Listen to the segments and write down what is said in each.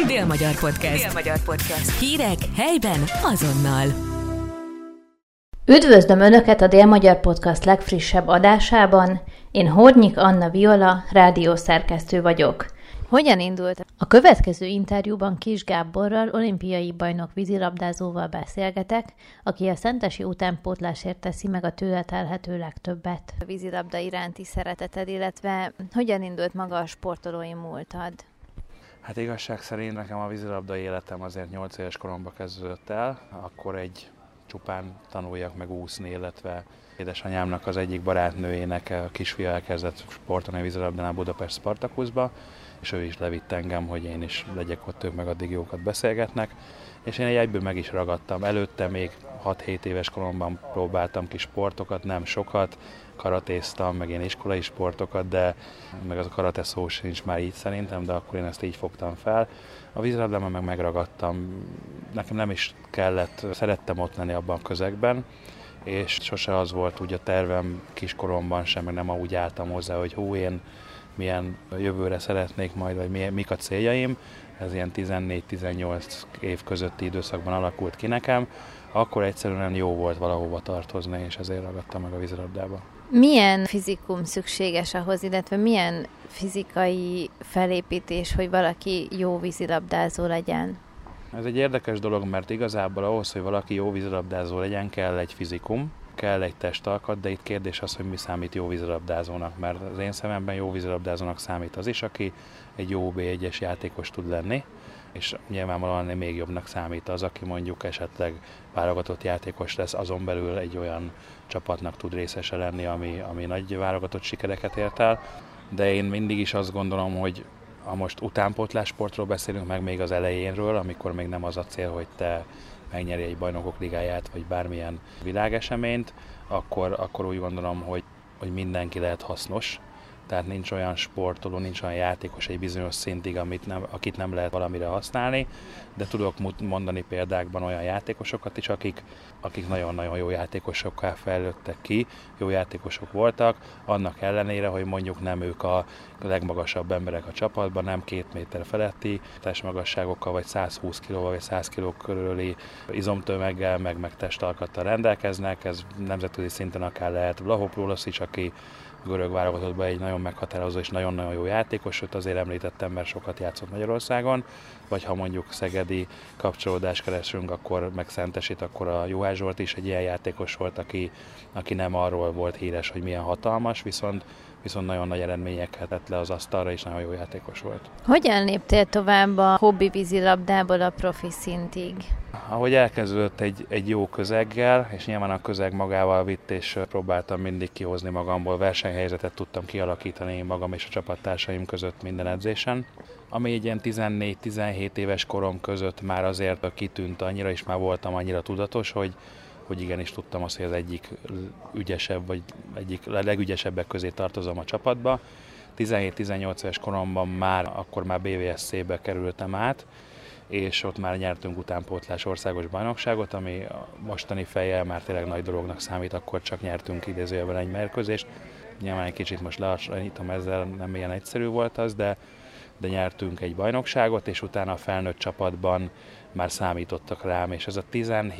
Dél-Magyar Podcast. Dél-Magyar Podcast. Hírek helyben azonnal. Üdvözlöm Önöket a Dél-Magyar Podcast legfrissebb adásában. Én Hornyik Anna Viola, rádiószerkesztő vagyok. Hogyan indult? A következő interjúban Kiss Gáborral, olimpiai bajnok vízilabdázóval beszélgetek, aki a szentesi utánpótlásért teszi meg a tőle telhető legtöbbet. A vízilabda iránti szereteted, illetve hogyan indult maga a sportolói múltad? Hát igazság szerint nekem a vízilabda életem azért 8 éves koromban kezdődött el, akkor egy csupán tanuljak meg úszni, illetve édesanyámnak az egyik barátnőjének a kisfia elkezdett sportolni a vízilabdánál Budapest Spartakuszba, és ő is levitt engem, hogy én is legyek ott, ők meg addig jókat beszélgetnek, és én egyből meg is ragadtam. Előtte még 6-7 éves koromban próbáltam ki sportokat, nem sokat, karatéztam, meg én iskolai sportokat, de meg az a karate szó sincs már így szerintem, de akkor én ezt így fogtam fel. A vízilabdában meg megragadtam, nekem nem is kellett, szerettem ott lenni abban a közegben, és sose az volt úgy a tervem kiskoromban sem, meg nem úgy álltam hozzá, hogy én milyen jövőre szeretnék majd, vagy mik a céljaim. Ez ilyen 14-18 év közötti időszakban alakult ki nekem. Akkor egyszerűen jó volt valahova tartozni, és ezért ragadtam meg a vízilabdába. Milyen fizikum szükséges ahhoz, illetve milyen fizikai felépítés, hogy valaki jó vízilabdázó legyen? Ez egy érdekes dolog, mert igazából ahhoz, hogy valaki jó vízilabdázó legyen, kell egy fizikum, kell egy testalkat, de itt kérdés az, hogy mi számít jó vízilabdázónak, mert az én szememben jó vízilabdázónak számít az is, aki egy jó B1-es játékos tud lenni, és nyilvánvalóan még jobbnak számít az, aki mondjuk esetleg válogatott játékos lesz, azon belül egy olyan csapatnak tud részese lenni, ami nagy válogatott sikereket ért el. De én mindig is azt gondolom, hogy ha most utánpótlássportról beszélünk, meg még az elejénről, amikor még nem az a cél, hogy te megnyeri egy bajnokok ligáját, vagy bármilyen világeseményt, akkor úgy gondolom, hogy mindenki lehet hasznos. Tehát nincs olyan sportoló, nincs olyan játékos egy bizonyos szintig, akit nem lehet valamire használni, de tudok mondani példákban olyan játékosokat is, akik nagyon-nagyon jó játékosokká fejlődtek ki, jó játékosok voltak, annak ellenére, hogy mondjuk nem ők a legmagasabb emberek a csapatban, nem 2 méter feletti testmagasságokkal, vagy 120 kg vagy 100 kg körüli izomtömeggel, meg testalkattal rendelkeznek. Ez nemzetközi szinten akár lehet Vlahopulosz, aki görög válogatottban egy nagyon meghatározó és nagyon-nagyon jó játékos, őt azért említettem, mert sokat játszott Magyarországon, vagy ha mondjuk szegedi kapcsolódást keresünk, akkor meg Szentesit, akkor a Juhász Zsolt is egy ilyen játékos volt, aki nem arról volt híres, hogy milyen hatalmas, viszont nagyon nagy eredményeket tett le az asztalra, és nagyon jó játékos volt. Hogyan léptél tovább a hobbi vízilabdából a profi szintig? Ahogy elkezdődött egy jó közeggel, és nyilván a közeg magával vitt, és próbáltam mindig kihozni magamból, versenyhelyzetet tudtam kialakítani magam és a csapattársaim között minden edzésen. Ami egy ilyen 14-17 éves korom között már azért kitűnt annyira, és már voltam annyira tudatos, hogy igenis tudtam azt, hogy az egyik ügyesebb, vagy egyik legügyesebbek közé tartozom a csapatba. 17-18 éves koromban akkor már BVSC-be kerültem át, és ott már nyertünk utánpótlás országos bajnokságot, ami mostani fejjel már tényleg nagy dolognak számít, akkor csak nyertünk idézőjelben egy mérkőzést. Nyilván egy kicsit most lehasonlítom, ezzel nem ilyen egyszerű volt az, de nyertünk egy bajnokságot, és utána a felnőtt csapatban már számítottak rám, és ez a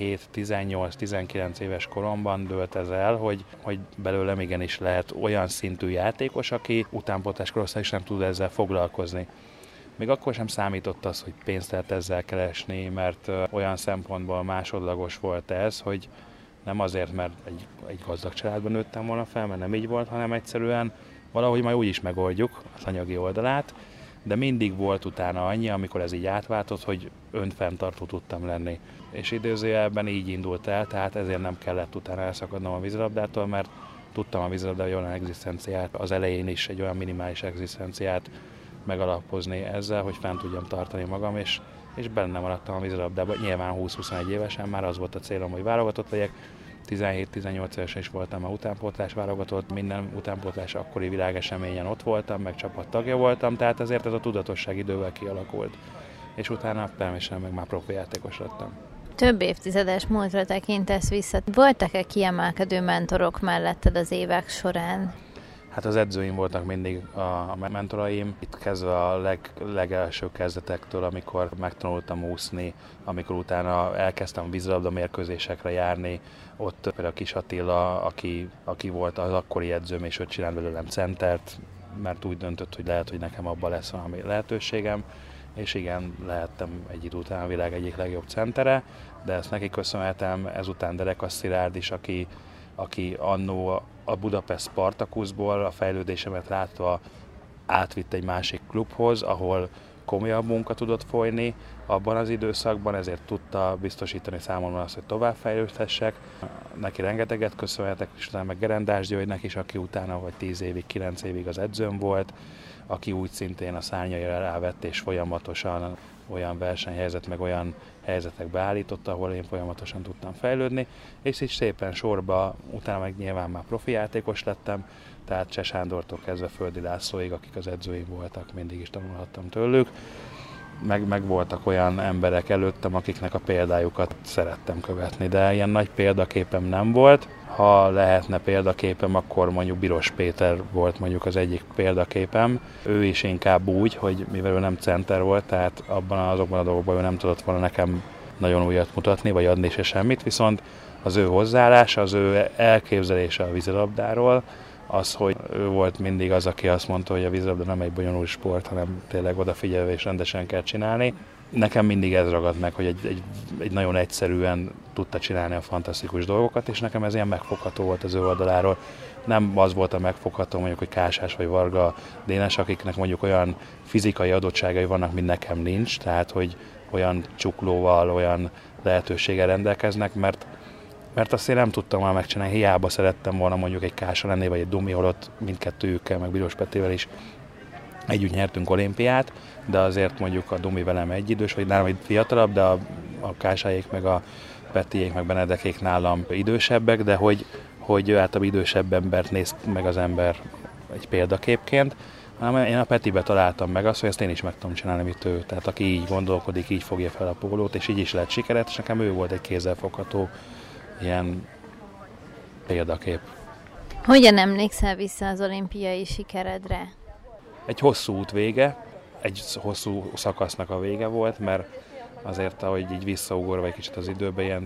17-18-19 éves koromban dőlt ez el, hogy belőlem igenis lehet olyan szintű játékos, aki utánpótlás korosztály is nem tud ezzel foglalkozni. Még akkor sem számított az, hogy pénzt lehet ezzel keresni, mert olyan szempontból másodlagos volt ez, hogy nem azért, mert egy gazdag családban nőttem volna fel, mert nem így volt, hanem egyszerűen valahogy majd úgy is megoldjuk az anyagi oldalát, de mindig volt utána annyi, amikor ez így átváltott, hogy önfenntartó tudtam lenni. És időzőjelben így indult el, tehát ezért nem kellett utána elszakadnom a vízilabdától, mert tudtam a vízilabda egy olyan egzisztenciát, az elején is egy olyan minimális egzisztenciát megalapozni ezzel, hogy fent tudjam tartani magam, és benne maradtam a vízilabdában. Nyilván 20-21 évesen már az volt a célom, hogy válogatott legyek. 17-18 évesen is voltam a utánpótlás válogatott, minden utánpótlás akkori világeseményen ott voltam, meg csapattagja voltam, tehát ezért ez a tudatosság idővel kialakult. És utána természetesen meg már profi játékos lettem. Több évtizedes múltra tekintesz vissza. Voltak-e kiemelkedő mentorok melletted az évek során? Hát az edzőim voltak mindig a mentoraim, itt kezdve a legelső kezdetektől, amikor megtanultam úszni, amikor utána elkezdtem vízilabda mérkőzésekre járni, ott például Kis Attila, aki volt az akkori edzőm, és ő csinált belőlem centert, mert úgy döntött, hogy lehet, hogy nekem abban lesz valami lehetőségem, és igen, lehettem egy idő után a világ egyik legjobb centere, de ezt neki köszönhetem, ezután Derekas Szilárd is, aki annó a Budapest Spartakuszból a fejlődésemet látva átvitt egy másik klubhoz, ahol komolyabb munka tudott folyni abban az időszakban, ezért tudta biztosítani számomra azt, hogy továbbfejlődhessek. Neki rengeteget köszönhetek, és utána meg Gerendás Györgynek is, aki utána vagy 10 évig, 9 évig az edzőm volt, aki úgy szintén a szárnyaira rávett, és folyamatosan olyan versenyhelyzet, meg olyan helyzetekbe állította, ahol én folyamatosan tudtam fejlődni, és így szépen sorba, utána meg nyilván már profi játékos lettem, tehát Cseh Sándortól kezdve Földi Lászlóig, akik az edzőim voltak, mindig is tanulhattam tőlük. Meg voltak olyan emberek előttem, akiknek a példájukat szerettem követni, de ilyen nagy példaképem nem volt. Ha lehetne példaképem, akkor mondjuk Biros Péter volt mondjuk az egyik példaképem. Ő is inkább úgy, hogy mivel ő nem center volt, tehát azokban a dolgokban ő nem tudott volna nekem nagyon újat mutatni, vagy adni se semmit, viszont az ő hozzáállása, az ő elképzelése a vízilabdáról, az, hogy ő volt mindig az, aki azt mondta, hogy a vízilabda nem egy bonyolult sport, hanem tényleg odafigyelve és rendesen kell csinálni. Nekem mindig ez ragad meg, hogy egy nagyon egyszerűen tudta csinálni a fantasztikus dolgokat, és nekem ez ilyen megfogható volt az ő oldaláról. Nem az volt a megfogható, mondjuk, hogy Kásás vagy Varga Dénes, akiknek mondjuk olyan fizikai adottságai vannak, mint nekem nincs, tehát hogy olyan csuklóval, olyan lehetőséggel rendelkeznek, mert azt én nem tudtam már megcsinálni, hiába szerettem volna mondjuk egy Kása lenni, vagy egy Dumi, holott mindkettőjükkel, meg Biros Petivel is együtt nyertünk olimpiát, de azért mondjuk a Dumi velem egyidős, vagy nálam egy fiatalabb, de a Kásáék, meg a Petiék, meg Benedekék nálam idősebbek, de hogy általában idősebb embert néz meg az ember egy példaképként, hanem én a Petibe találtam meg azt, hogy ezt én is meg tudom csinálni, mint ő. Tehát aki így gondolkodik, így fogja fel a pólót, és így is lett sikeres, és nekem ő volt egy kézzelfogható ilyen példakép. Hogyan emlékszel vissza az olimpiai sikeredre? Egy hosszú út vége, egy hosszú szakasznak a vége volt, mert azért, ahogy így visszaugorva egy kicsit az időben, ilyen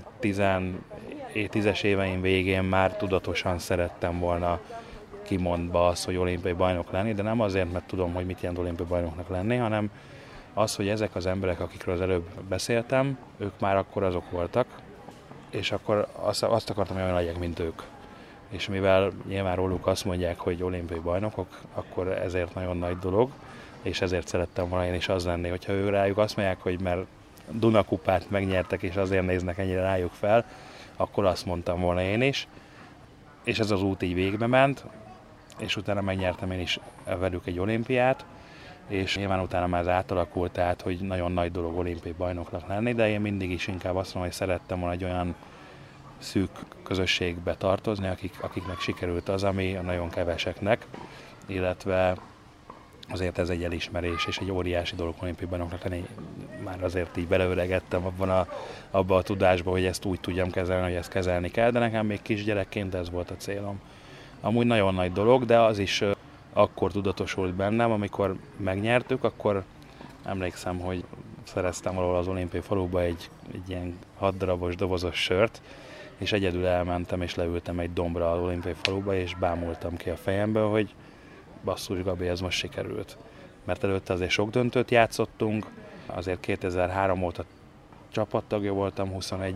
10-es éveim végén már tudatosan szerettem volna kimondva azt, hogy olimpiai bajnok lenni, de nem azért, mert tudom, hogy mit jelent olimpiai bajnoknak lenni, hanem az, hogy ezek az emberek, akikről az előbb beszéltem, ők már akkor azok voltak, és akkor azt akartam, hogy olyan legyek, mint ők. És mivel nyilván róluk azt mondják, hogy olimpiai bajnokok, akkor ezért nagyon nagy dolog, és ezért szerettem volna én is az lenni, hogyha ő rájuk azt mondják, hogy mert Dunakupát megnyertek, és azért néznek ennyire rájuk fel, akkor azt mondtam volna én is. És ez az út így végbe ment, és utána megnyertem én is velük egy olimpiát, és nyilván utána már ez átalakult, tehát, hogy nagyon nagy dolog olimpiai bajnoknak lenni, de én mindig is inkább azt mondom, hogy szerettem volna egy olyan szűk közösségbe tartozni, akiknek sikerült az, ami nagyon keveseknek, illetve azért ez egy elismerés és egy óriási dolog olimpiai bajnoknak lenni. Már azért így beleöregettem abba a tudásba, hogy ezt úgy tudjam kezelni, hogy ezt kezelni kell, de nekem még kisgyerekként ez volt a célom. Amúgy nagyon nagy dolog, de az is akkor tudatosult bennem, amikor megnyertük, akkor emlékszem, hogy szereztem valahol az olimpiai faluba egy ilyen 6 darabos dobozos sört, és egyedül elmentem és leültem egy dombra az olimpiai faluba, és bámultam ki a fejemből, hogy basszus Gabi, ez most sikerült. Mert előtte azért sok döntőt játszottunk, azért 2003 óta csapattagja voltam,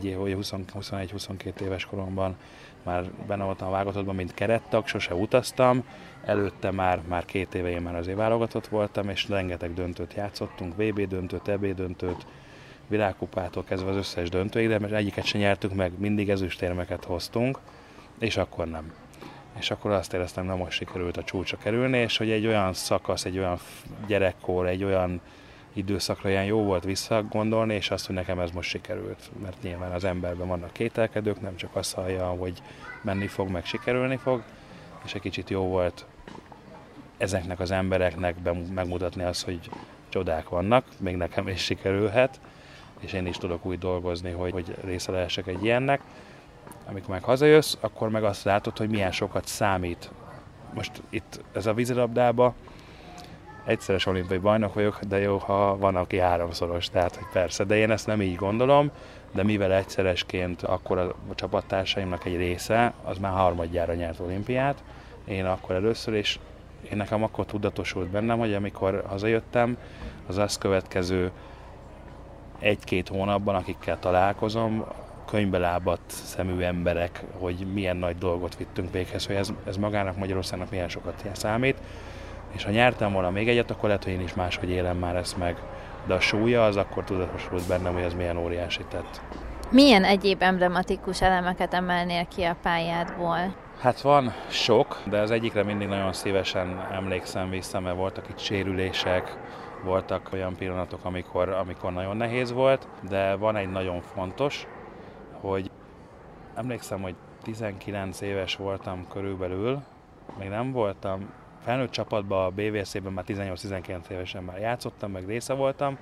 21-22 éves koromban, már benne voltam a válogatottban, mint kerettag, sose utaztam, előtte már 2 éve én már azért válogatott voltam, és rengeteg döntőt játszottunk, VB döntőt, EB döntőt, világkupától kezdve az összes döntőig, de mert egyiket sem nyertük meg, mindig ezüstérmeket hoztunk, és akkor nem. És akkor azt éreztem, hogy most sikerült a csúcsra kerülni, és hogy egy olyan szakasz, egy olyan gyerekkor, egy olyan időszakra ilyen jó volt visszagondolni, és azt, hogy nekem ez most sikerült. Mert nyilván az emberben vannak kételkedők, nem csak azt hallja, hogy menni fog, meg sikerülni fog, és egy kicsit jó volt ezeknek az embereknek megmutatni azt, hogy csodák vannak, még nekem is sikerülhet, és én is tudok úgy dolgozni, hogy része lehessek egy ilyennek. Amikor meg hazajössz, akkor meg azt látod, hogy milyen sokat számít most itt ez a vízilabdába egyszeres olimpiai bajnok vagyok, de jó, ha van, aki 3-szoros, tehát hogy persze, de én ezt nem így gondolom, de mivel egyszeresként akkor a csapattársaimnak egy része, az már harmadjára nyert olimpiát, én akkor először, és én nekem akkor tudatosult bennem, hogy amikor hazajöttem, az azt következő 1-2 hónapban, akikkel találkozom, könyvbe lábadt szemű emberek, hogy milyen nagy dolgot vittünk véghez, hogy ez magának, Magyarországnak milyen sokat számít. És ha nyertem volna még egyet, akkor lehet, hogy én is máshogy élem már ezt meg. De a súlya az akkor tudatosult bennem, hogy ez milyen óriási tett. Milyen egyéb emblematikus elemeket emelnél ki a pályádból? Hát van sok, de az egyikre mindig nagyon szívesen emlékszem vissza, mert voltak itt sérülések, voltak olyan pillanatok, amikor nagyon nehéz volt, de van egy nagyon fontos, hogy emlékszem, hogy 19 éves voltam körülbelül, még nem voltam felnőtt csapatban, a BVSC-ben már 18-19 évesen már játszottam, meg része voltam,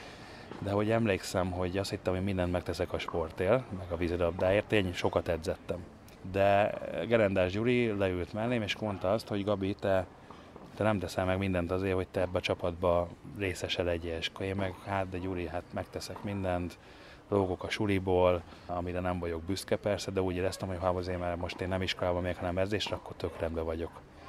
de hogy emlékszem, hogy azt hittem, hogy mindent megteszek a sportért, meg a vízilabdáért, én sokat edzettem. De Gerendás Gyuri leült mellém, és mondta azt, hogy Gabi, te nem teszel meg mindent azért, hogy te ebbe a csapatba részese legyél. És akkor én meg, de Gyuri, megteszek mindent, lógok a suliból, amire nem vagyok büszke persze, de úgy éreztem, hogy ha azért, mert most én nem iskolában megyek, hanem edzésre, akkor tök rendben vagyok.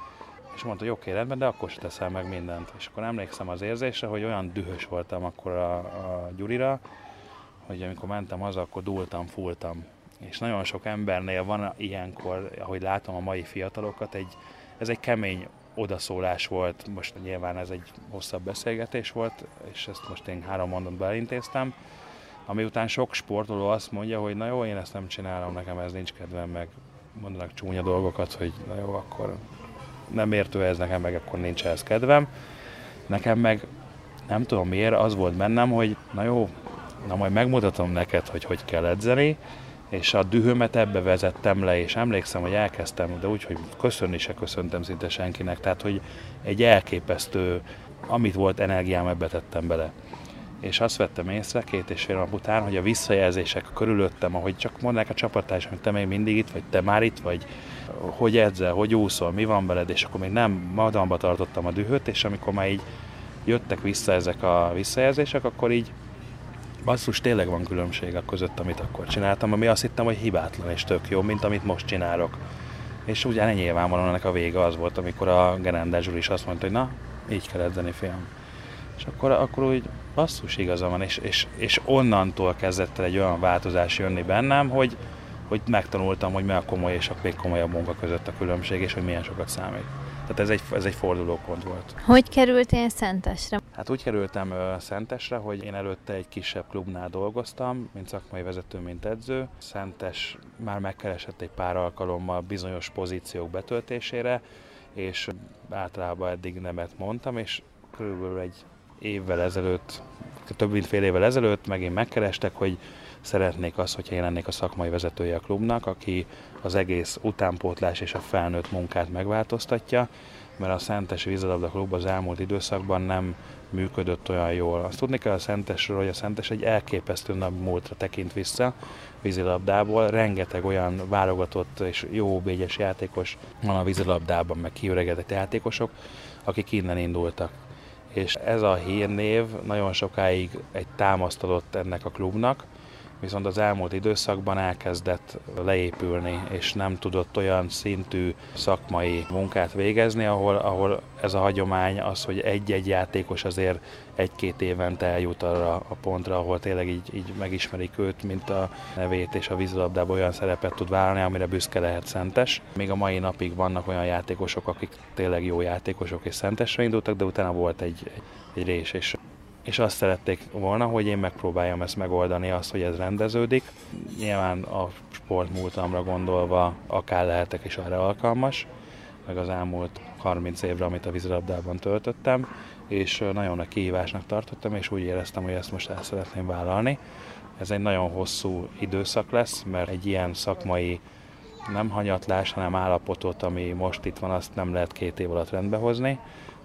És mondta, hogy oké, rendben, de akkor se teszel meg mindent. És akkor emlékszem az érzésre, hogy olyan dühös voltam akkor a Gyurira, hogy amikor mentem haza, akkor dúltam, fultam. És nagyon sok embernél van ilyenkor, ahogy látom a mai fiatalokat, ez egy kemény odaszólás volt. Most nyilván ez egy hosszabb beszélgetés volt, és ezt most én 3 mondatban elintéztem. Ami után sok sportoló azt mondja, hogy na jó, én ezt nem csinálom, nekem ez nincs kedvem, meg mondanak csúnya dolgokat, hogy na jó, akkor nem értő ez nekem, meg akkor nincs ehhez kedvem. Nekem meg nem tudom miért, az volt bennem, hogy na jó, majd megmutatom neked, hogy kell edzeni, és a dühömet ebbe vezettem le, és emlékszem, hogy elkezdtem, de úgy, hogy köszönni se köszöntem szinte senkinek, tehát hogy egy elképesztő, amit volt energiám, ebbe tettem bele. És azt vettem észre 2,5 nap után, hogy a visszajelzések körülöttem, ahogy csak mondják a csapattársak, hogy te még mindig itt vagy, te már itt vagy, hogy edzel, hogy úszol, mi van veled, és akkor még nem magamba tartottam a dühöt, és amikor már így jöttek vissza ezek a visszajelzések, akkor így basszus, tényleg van különbség a között, amit akkor csináltam, ami azt hittem, hogy hibátlan és tök jó, mint amit most csinálok. És ugyan nyilvánvalóan ennek a vége az volt, amikor a Gerendás Zsuli is azt mondta, hogy na, így kell edzeni, fiam. És akkor úgy basszus, igaza van, és onnantól kezdett el egy olyan változás jönni bennem, hogy megtanultam, hogy mi a komoly és a még komolyabb munka között a különbség, és hogy milyen sokat számít. Tehát ez egy fordulópont volt. Hogy kerültél Szentesre? Hát úgy kerültem Szentesre, hogy én előtte egy kisebb klubnál dolgoztam, mint szakmai vezető, mint edző. Szentes már megkeresett egy pár alkalommal bizonyos pozíciók betöltésére, és általában eddig nemet mondtam, és körülbelül egy évvel ezelőtt, több mint fél évvel ezelőtt megint megkerestek, hogy szeretnék azt, hogyha én lennék a szakmai vezetője a klubnak, aki az egész utánpótlás és a felnőtt munkát megváltoztatja, mert a Szentesi Vízilabda Klub az elmúlt időszakban nem működött olyan jól. Azt tudni kell a Szentesről, hogy a Szentes egy elképesztő nagy múltra tekint vissza vízilabdából. Rengeteg olyan válogatott és jó bégyes játékos van a vízilabdában, meg kiöregedett játékosok, akik innen indultak. És ez a hírnév nagyon sokáig egy támaszt adott ennek a klubnak, viszont az elmúlt időszakban elkezdett leépülni, és nem tudott olyan szintű szakmai munkát végezni, ahol ez a hagyomány az, hogy egy-egy játékos azért 1-2 évente eljut arra a pontra, ahol tényleg így megismerik őt, mint a nevét, és a vízilabdában olyan szerepet tud vállalni, amire büszke lehet Szentes. Még a mai napig vannak olyan játékosok, akik tényleg jó játékosok és Szentesre indultak, de utána volt egy rés, és azt szerették volna, hogy én megpróbáljam ezt megoldani, azt, hogy ez rendeződik. Nyilván a sportmúltamra gondolva akár lehetek is arra alkalmas, meg az elmúlt 30 évre, amit a vízilabdában töltöttem, és nagyon nagy kihívásnak tartottam, és úgy éreztem, hogy ezt most el szeretném vállalni. Ez egy nagyon hosszú időszak lesz, mert egy ilyen szakmai nem hanyatlás, hanem állapotot, ami most itt van, azt nem lehet 2 év alatt rendbe hozni.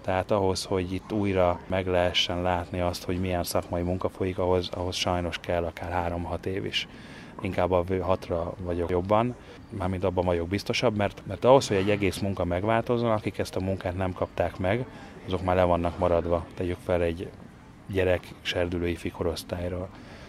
Tehát ahhoz, hogy itt újra meg lehessen látni azt, hogy milyen szakmai munka folyik, ahhoz sajnos kell akár 3-6 év is. Inkább a 6-ra vagyok jobban, mármint abban vagyok biztosabb, mert ahhoz, hogy egy egész munka megváltozzon, akik ezt a munkát nem kapták meg, azok már le vannak maradva. Tegyük fel egy gyerek serdülő ifi korosztályról.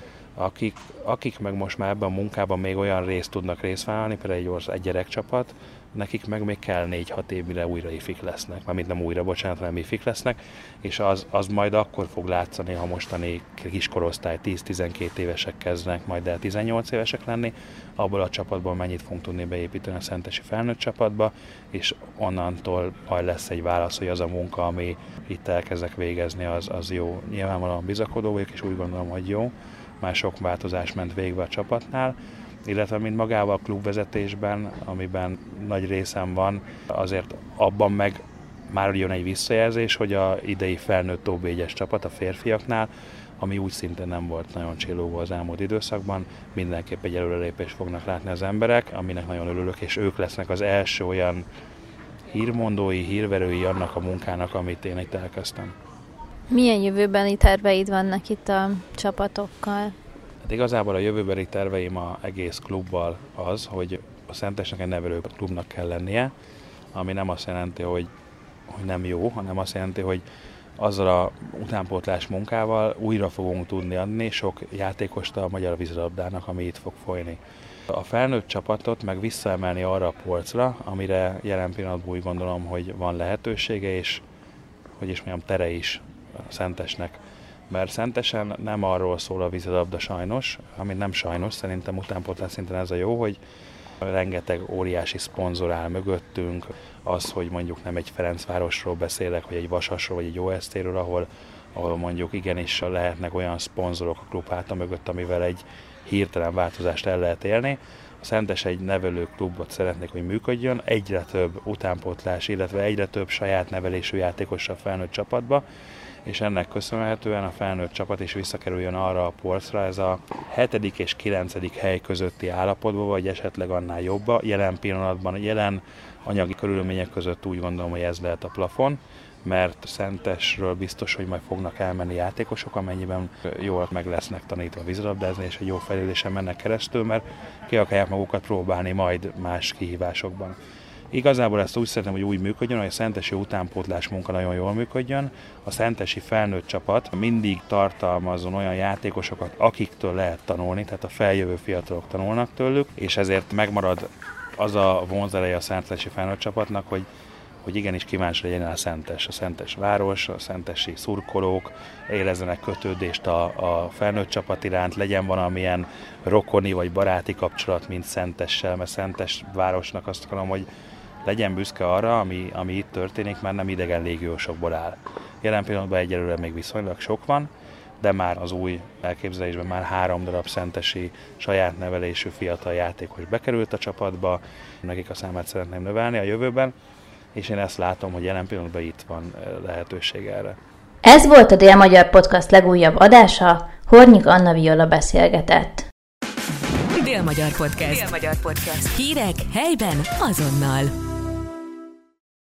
Akik meg most már ebben a munkában még olyan részt tudnak részvállalni, például egy gyerekcsapat, nekik meg még kell 4-6 év, mire újra ifik lesznek, mármint nem újra, bocsánat, hanem ifik lesznek, és az majd akkor fog látszani, ha mostani kiskorosztály 10-12 évesek kezdenek majd el 18 évesek lenni, abból a csapatból mennyit fogunk tudni beépíteni a szentesi felnőtt csapatba, és onnantól majd lesz egy válasz, hogy az a munka, ami itt elkezdek végezni, az jó. Nyilvánvalóan bizakodó vagyok, és úgy gondolom, hogy jó. Már sok változás ment végbe a csapatnál, illetve mint magával a klubvezetésben, amiben nagy részem van, azért abban meg már jön egy visszajelzés, hogy a idei felnőtt OB1-es csapat a férfiaknál, ami úgy szintén nem volt nagyon csillogó az elmúlt időszakban, mindenképp egy előrelépést fognak látni az emberek, aminek nagyon örülök, és ők lesznek az első olyan hírmondói, hírverői annak a munkának, amit én itt elkezdtem. Milyen jövőbeni terveid vannak itt a csapatokkal? Hát igazából a jövőbeli terveim az egész klubbal az, hogy a Szentesnek egy nevelő klubnak kell lennie, ami nem azt jelenti, hogy nem jó, hanem azt jelenti, hogy azzal a utánpótlás munkával újra fogunk tudni adni sok játékost a magyar vízilabdának, ami itt fog folyni. A felnőtt csapatot meg visszaemelni arra a polcra, amire jelen pillanatban úgy gondolom, hogy van lehetősége, és hogy is mondjam, tere is a Szentesnek. Mert Szentesen nem arról szól a vízilabda sajnos, amit nem sajnos, szerintem utánpótlás szinten ez a jó, hogy rengeteg óriási szponzor áll mögöttünk, az, hogy mondjuk nem egy Ferencvárosról beszélek, vagy egy Vasasról, vagy egy OST-ről, ahol mondjuk igenis lehetnek olyan szponzorok a klub háta mögött, amivel egy hirtelen változást el lehet élni. A Szentes egy nevelő klubot szeretnék, hogy működjön, egyre több utánpótlás, illetve egyre több saját nevelésű játékossal felnőtt csapatba, és ennek köszönhetően a felnőtt csapat is visszakerüljön arra a polcra, ez a 7. és 9. hely közötti állapotba, vagy esetleg annál jobba. Jelen pillanatban, jelen anyagi körülmények között úgy gondolom, hogy ez lehet a plafon, mert Szentesről biztos, hogy majd fognak elmenni játékosok, amennyiben jól meg lesznek tanítva vízilabdázni, és egy jó fejlődésen mennek keresztül, mert ki akarják magukat próbálni majd más kihívásokban. Igazából ezt úgy szeretném, hogy úgy működjön, hogy a szentesi utánpótlás munka nagyon jól működjön. A szentesi felnőtt csapat mindig tartalmazzon olyan játékosokat, akiktől lehet tanulni, tehát a feljövő fiatalok tanulnak tőlük, és ezért megmarad az a vonzereje a szentesi felnőtt csapatnak, hogy igenis kíváncsi legyen a szentes város, a szentesi szurkolók, érezzenek kötődést a felnőtt csapat iránt, legyen valamilyen rokoni vagy baráti kapcsolat, mint Szentessel, mert Szentes városnak azt akarom, hogy legyen büszke arra, ami itt történik, már nem idegen légiósokból áll. Jelen pillanatban egyelőre még viszonylag sok van, de már az új elképzelésben már 3 darab szentesi saját nevelésű fiatal játékos bekerült a csapatba, nekik a számát szeretném növelni a jövőben, és én ezt látom, hogy jelen pillanatban itt van lehetőség erre. Ez volt a Dél-Magyar Podcast legújabb adása, Hornyik Anna Viola beszélgetett. Dél-Magyar Podcast. Hírek helyben azonnal.